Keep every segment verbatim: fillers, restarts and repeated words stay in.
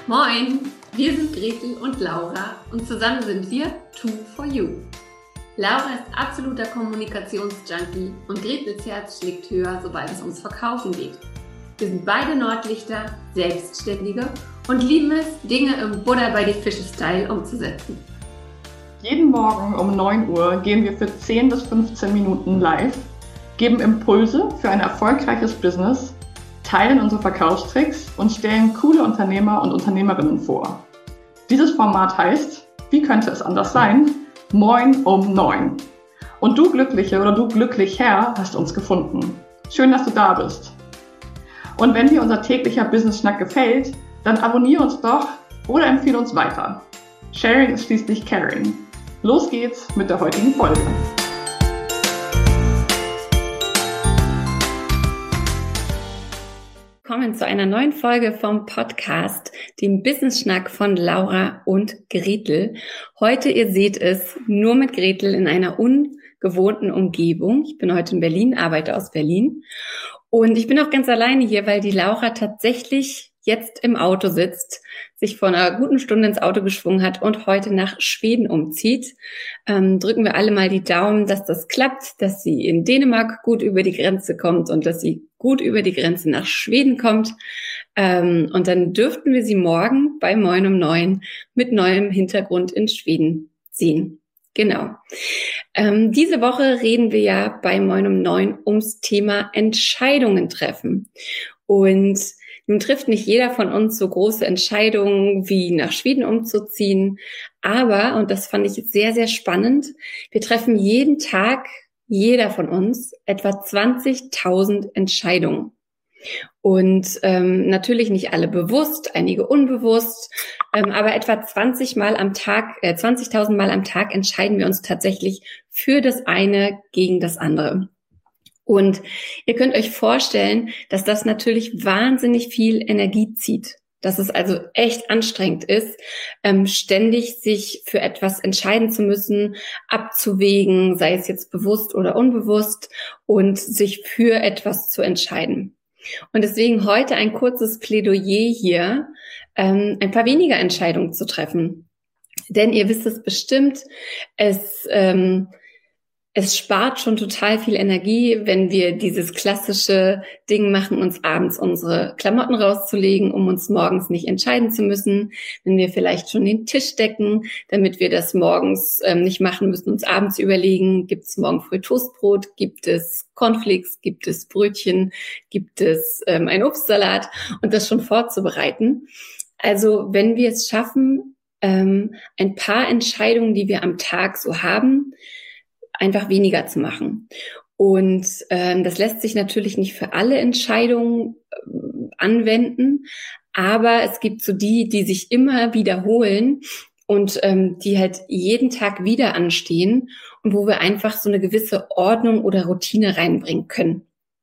Moin, wir sind Gretel und Laura und zusammen sind wir Two for You. Laura ist absoluter Kommunikationsjunkie und Gretels Herz schlägt höher, sobald es ums Verkaufen geht. Wir sind beide Nordlichter, Selbstständige und lieben es, Dinge im Butter bei die Fische-Style umzusetzen. Jeden Morgen um neun Uhr gehen wir für zehn bis fünfzehn Minuten live, geben Impulse für ein erfolgreiches Business, teilen unsere Verkaufstricks und stellen coole Unternehmer und Unternehmerinnen vor. Dieses Format heißt, wie könnte es anders sein? Moin um neun. Und du Glückliche oder du Glücklicher hast uns gefunden. Schön, dass du da bist. Und wenn dir unser täglicher Business-Schnack gefällt, dann abonniere uns doch oder empfehle uns weiter. Sharing ist schließlich caring. Los geht's mit der heutigen Folge. Willkommen zu einer neuen Folge vom Podcast, dem Business-Schnack von Laura und Gretel. Heute, ihr seht es, nur mit Gretel in einer ungewohnten Umgebung. Ich bin heute in Berlin, arbeite aus Berlin. Und ich bin auch ganz alleine hier, weil die Laura tatsächlich jetzt im Auto sitzt, sich vor einer guten Stunde ins Auto geschwungen hat und heute nach Schweden umzieht. Ähm, drücken wir alle mal die Daumen, dass das klappt, dass sie in Dänemark gut über die Grenze kommt und dass sie gut über die Grenze nach Schweden kommt. Ähm, und dann dürften wir sie morgen bei Moin um neun mit neuem Hintergrund in Schweden sehen. Genau. Ähm, diese Woche reden wir ja bei Moin um neun ums Thema Entscheidungen treffen. Und nun trifft nicht jeder von uns so große Entscheidungen wie nach Schweden umzuziehen. Aber, und das fand ich sehr, sehr spannend, wir treffen jeden Tag, jeder von uns, etwa zwanzigtausend Entscheidungen. Und ähm, natürlich nicht alle bewusst, einige unbewusst, ähm, aber etwa zwanzig Mal am Tag, äh, zwanzigtausend Mal am Tag entscheiden wir uns tatsächlich für das eine gegen das andere. Und ihr könnt euch vorstellen, dass das natürlich wahnsinnig viel Energie zieht. Dass es also echt anstrengend ist, ähm, ständig sich für etwas entscheiden zu müssen, abzuwägen, sei es jetzt bewusst oder unbewusst, und sich für etwas zu entscheiden. Und deswegen heute ein kurzes Plädoyer hier, ähm, ein paar weniger Entscheidungen zu treffen. Denn ihr wisst es bestimmt, es ähm, Es spart schon total viel Energie, wenn wir dieses klassische Ding machen, uns abends unsere Klamotten rauszulegen, um uns morgens nicht entscheiden zu müssen. Wenn wir vielleicht schon den Tisch decken, damit wir das morgens ähm, nicht machen müssen, uns abends überlegen, gibt es morgen früh Toastbrot, gibt es Cornflakes, gibt es Brötchen, gibt es ähm, einen Obstsalat und das schon vorzubereiten. Also wenn wir es schaffen, ähm, ein paar Entscheidungen, die wir am Tag so haben, einfach weniger zu machen. Und ähm, das lässt sich natürlich nicht für alle Entscheidungen äh, anwenden, aber es gibt so die, die sich immer wiederholen und ähm, die halt jeden Tag wieder anstehen und wo wir einfach so eine gewisse Ordnung oder Routine reinbringen können.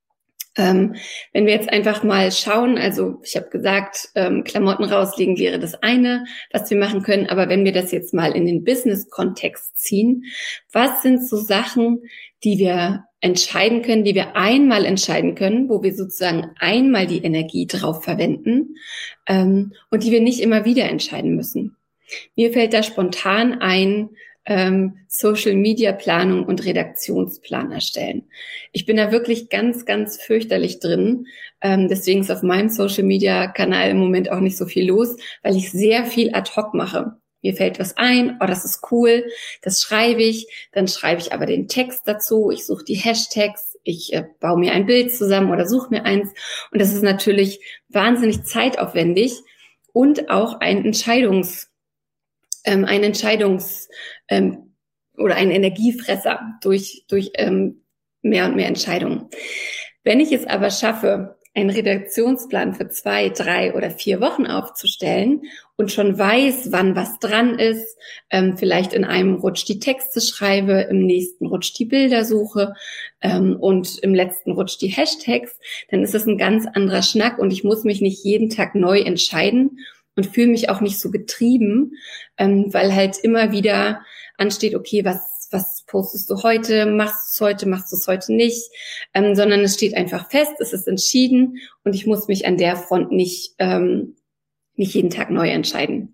Ähm, wenn wir jetzt einfach mal schauen, also ich habe gesagt, ähm, Klamotten rauslegen wäre das eine, was wir machen können, aber wenn wir das jetzt mal in den Business-Kontext ziehen, was sind so Sachen, die wir entscheiden können, die wir einmal entscheiden können, wo wir sozusagen einmal die Energie drauf verwenden ähm, und die wir nicht immer wieder entscheiden müssen? Mir fällt da spontan ein, Ähm, Social-Media-Planung und Redaktionsplan erstellen. Ich bin da wirklich ganz, ganz fürchterlich drin. Ähm, deswegen ist auf meinem Social-Media-Kanal im Moment auch nicht so viel los, weil ich sehr viel ad hoc mache. Mir fällt was ein, oh, das ist cool, das schreibe ich, dann schreibe ich aber den Text dazu, ich suche die Hashtags, ich äh, baue mir ein Bild zusammen oder suche mir eins und das ist natürlich wahnsinnig zeitaufwendig und auch ein Entscheidungs- ähm, ein Entscheidungs- ähm, oder ein Energiefresser durch, durch ähm, mehr und mehr Entscheidungen. Wenn ich es aber schaffe, einen Redaktionsplan für zwei, drei oder vier Wochen aufzustellen und schon weiß, wann was dran ist, ähm, vielleicht in einem Rutsch die Texte schreibe, im nächsten Rutsch die Bilder suche ähm, und im letzten Rutsch die Hashtags, dann ist das ein ganz anderer Schnack und ich muss mich nicht jeden Tag neu entscheiden und fühle mich auch nicht so getrieben, ähm, weil halt immer wieder ansteht, okay, was, was postest du heute, machst du es heute, machst du es heute nicht, ähm, sondern es steht einfach fest, es ist entschieden und ich muss mich an der Front nicht, ähm, nicht jeden Tag neu entscheiden.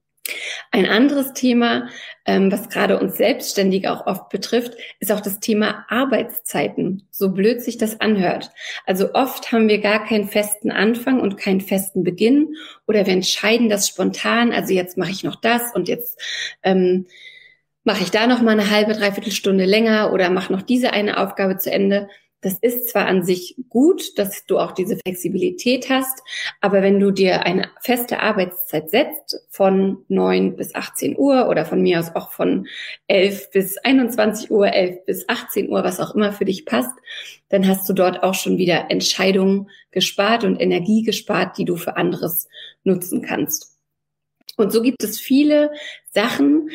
Ein anderes Thema, ähm, was gerade uns Selbstständige auch oft betrifft, ist auch das Thema Arbeitszeiten, so blöd sich das anhört. Also oft haben wir gar keinen festen Anfang und keinen festen Beginn oder wir entscheiden das spontan, also jetzt mache ich noch das und jetzt ähm, mache ich da noch mal eine halbe, dreiviertel Stunde länger oder mache noch diese eine Aufgabe zu Ende. Das ist zwar an sich gut, dass du auch diese Flexibilität hast, aber wenn du dir eine feste Arbeitszeit setzt von neun bis achtzehn Uhr oder von mir aus auch von elf bis einundzwanzig Uhr, elf bis achtzehn Uhr, was auch immer für dich passt, dann hast du dort auch schon wieder Entscheidungen gespart und Energie gespart, die du für anderes nutzen kannst. Und so gibt es viele Sachen,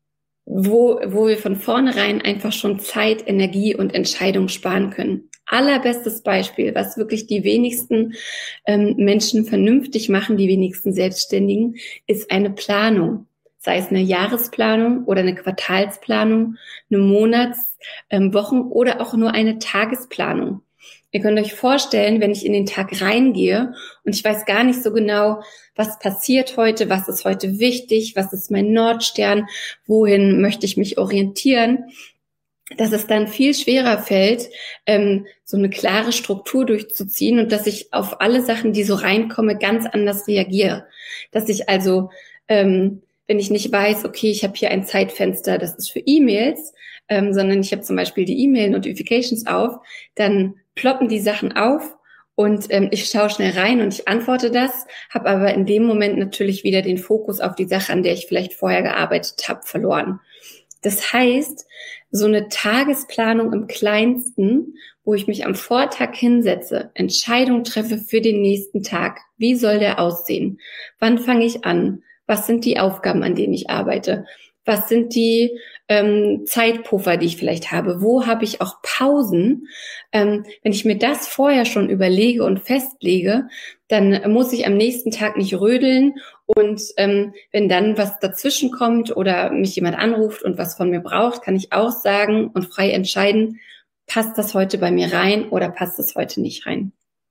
wo, wo wir von vornherein einfach schon Zeit, Energie und Entscheidung sparen können. Allerbestes Beispiel, was wirklich die wenigsten ähm, Menschen vernünftig machen, die wenigsten Selbstständigen, ist eine Planung. Sei es eine Jahresplanung oder eine Quartalsplanung, eine Monats-, ähm, Wochen- oder auch nur eine Tagesplanung. Ihr könnt euch vorstellen, wenn ich in den Tag reingehe und ich weiß gar nicht so genau, was passiert heute, was ist heute wichtig, was ist mein Nordstern, wohin möchte ich mich orientieren, dass es dann viel schwerer fällt, ähm, so eine klare Struktur durchzuziehen und dass ich auf alle Sachen, die so reinkommen, ganz anders reagiere. Dass ich also, ähm, wenn ich nicht weiß, okay, ich habe hier ein Zeitfenster, das ist für E-Mails, ähm, sondern ich habe zum Beispiel die E-Mail-Notifications auf, dann ploppen die Sachen auf und ähm, ich schaue schnell rein und ich antworte das, habe aber in dem Moment natürlich wieder den Fokus auf die Sache, an der ich vielleicht vorher gearbeitet habe, verloren. Das heißt, so eine Tagesplanung im Kleinsten, wo ich mich am Vortag hinsetze, Entscheidung treffe für den nächsten Tag. Wie soll der aussehen? Wann fange ich an? Was sind die Aufgaben, an denen ich arbeite? Was sind die ähm, Zeitpuffer, die ich vielleicht habe? Wo habe ich auch Pausen? Ähm, wenn ich mir das vorher schon überlege und festlege, dann muss ich am nächsten Tag nicht rödeln. Und ähm, wenn dann was dazwischen kommt oder mich jemand anruft und was von mir braucht, kann ich auch sagen und frei entscheiden, passt das heute bei mir rein oder passt das heute nicht rein?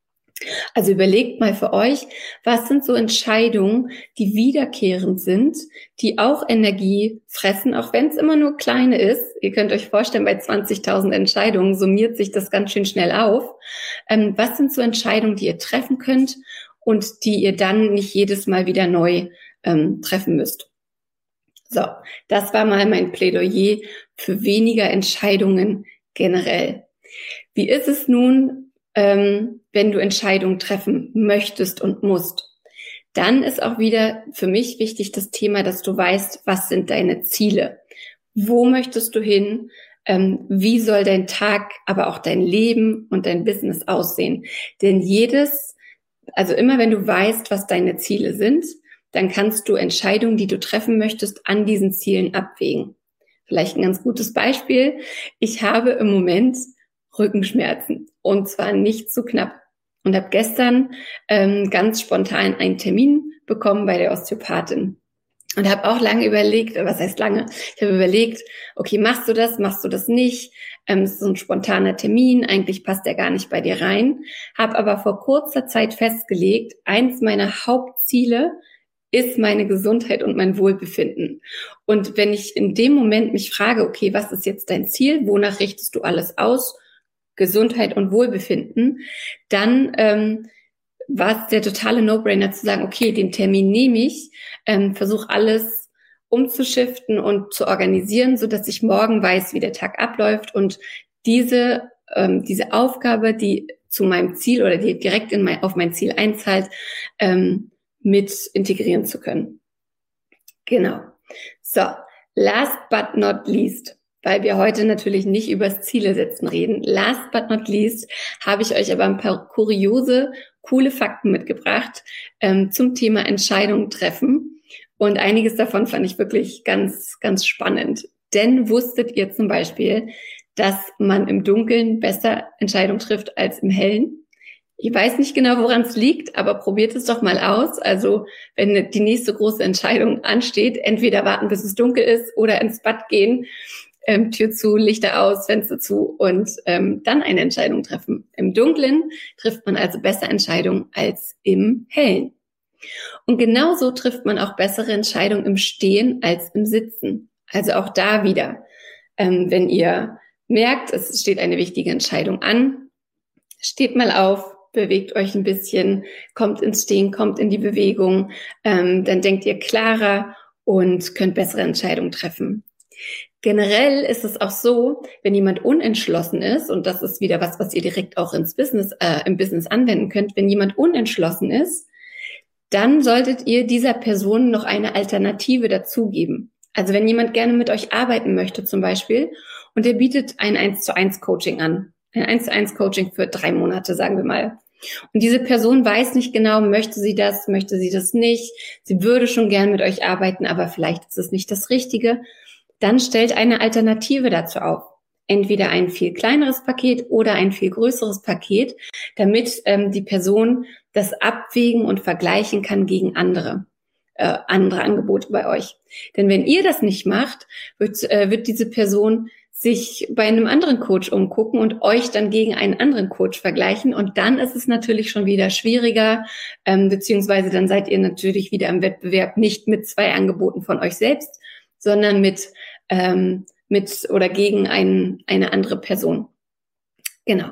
Also überlegt mal für euch, was sind so Entscheidungen, die wiederkehrend sind, die auch Energie fressen, auch wenn es immer nur kleine ist. Ihr könnt euch vorstellen, bei zwanzigtausend Entscheidungen summiert sich das ganz schön schnell auf. Ähm, was sind so Entscheidungen, die ihr treffen könnt und die ihr dann nicht jedes Mal wieder neu ähm, treffen müsst? So, das war mal mein Plädoyer für weniger Entscheidungen generell. Wie ist es nun, Ähm, wenn du Entscheidungen treffen möchtest und musst? Dann ist auch wieder für mich wichtig das Thema, dass du weißt, was sind deine Ziele? Wo möchtest du hin? Ähm, wie soll dein Tag, aber auch dein Leben und dein Business aussehen? Denn jedes, also immer wenn du weißt, was deine Ziele sind, dann kannst du Entscheidungen, die du treffen möchtest, an diesen Zielen abwägen. Vielleicht ein ganz gutes Beispiel. Ich habe im Moment Rückenschmerzen und zwar nicht zu knapp. Und habe gestern ähm, ganz spontan einen Termin bekommen bei der Osteopathin. Und habe auch lange überlegt, was heißt lange? Ich habe überlegt, okay, machst du das, machst du das nicht? Ähm, es ist so ein spontaner Termin, eigentlich passt der gar nicht bei dir rein. Habe aber vor kurzer Zeit festgelegt, eins meiner Hauptziele ist meine Gesundheit und mein Wohlbefinden. Und wenn ich in dem Moment mich frage, okay, was ist jetzt dein Ziel? Wonach richtest du alles aus? Gesundheit und Wohlbefinden, dann ähm, war es der totale No-Brainer zu sagen, okay, den Termin nehme ich, ähm, versuche alles umzuschiften und zu organisieren, so dass ich morgen weiß, wie der Tag abläuft und diese ähm, diese Aufgabe, die zu meinem Ziel oder die direkt in mein, auf mein Ziel einzahlt, ähm, mit integrieren zu können. Genau. So, last but not least, weil wir heute natürlich nicht übers Ziele setzen reden. Last but not least habe ich euch aber ein paar kuriose, coole Fakten mitgebracht ähm, zum Thema Entscheidungen treffen. Und einiges davon fand ich wirklich ganz, ganz spannend. Denn wusstet ihr zum Beispiel, dass man im Dunkeln besser Entscheidungen trifft als im Hellen? Ich weiß nicht genau, woran es liegt, aber probiert es doch mal aus. Also wenn die nächste große Entscheidung ansteht, entweder warten, bis es dunkel ist oder ins Bad gehen, Ähm, Tür zu, Lichter aus, Fenster zu und ähm, dann eine Entscheidung treffen. Im Dunkeln trifft man also besser Entscheidungen als im Hellen. Und genauso trifft man auch bessere Entscheidungen im Stehen als im Sitzen. Also auch da wieder, ähm, wenn ihr merkt, es steht eine wichtige Entscheidung an, steht mal auf, bewegt euch ein bisschen, kommt ins Stehen, kommt in die Bewegung, ähm, dann denkt ihr klarer und könnt bessere Entscheidungen treffen. Generell ist es auch so, wenn jemand unentschlossen ist, und das ist wieder was, was ihr direkt auch ins Business, äh, im Business anwenden könnt, wenn jemand unentschlossen ist, dann solltet ihr dieser Person noch eine Alternative dazugeben. Also wenn jemand gerne mit euch arbeiten möchte zum Beispiel und er bietet ein eins zu eins Coaching an, ein eins zu eins Coaching für drei Monate, sagen wir mal. Und diese Person weiß nicht genau, möchte sie das, möchte sie das nicht, sie würde schon gern mit euch arbeiten, aber vielleicht ist es nicht das Richtige. Dann stellt eine Alternative dazu auf. Entweder ein viel kleineres Paket oder ein viel größeres Paket, damit ähm, die Person das abwägen und vergleichen kann gegen andere, äh, andere Angebote bei euch. Denn wenn ihr das nicht macht, wird, äh, wird diese Person sich bei einem anderen Coach umgucken und euch dann gegen einen anderen Coach vergleichen. Und dann ist es natürlich schon wieder schwieriger, ähm, beziehungsweise dann seid ihr natürlich wieder im Wettbewerb nicht mit zwei Angeboten von euch selbst, sondern mit ähm, mit oder gegen ein, eine andere Person. Genau.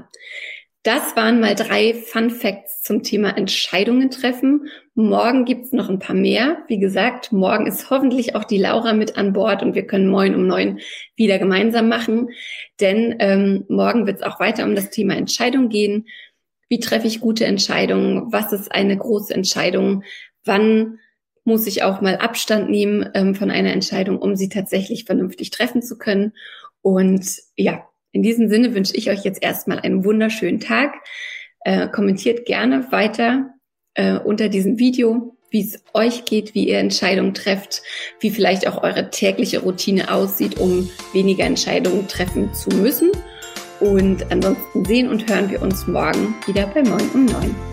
Das waren mal drei Fun Facts zum Thema Entscheidungen treffen. Morgen gibt's noch ein paar mehr. Wie gesagt, morgen ist hoffentlich auch die Laura mit an Bord und wir können Moin um neun wieder gemeinsam machen. Denn ähm, morgen wird's auch weiter um das Thema Entscheidung gehen. Wie treffe ich gute Entscheidungen? Was ist eine große Entscheidung? Wann muss ich auch mal Abstand nehmen ähm, von einer Entscheidung, um sie tatsächlich vernünftig treffen zu können. Und ja, in diesem Sinne wünsche ich euch jetzt erstmal einen wunderschönen Tag. Äh, kommentiert gerne weiter äh, unter diesem Video, wie es euch geht, wie ihr Entscheidungen trefft, wie vielleicht auch eure tägliche Routine aussieht, um weniger Entscheidungen treffen zu müssen. Und ansonsten sehen und hören wir uns morgen wieder bei Moin um neun.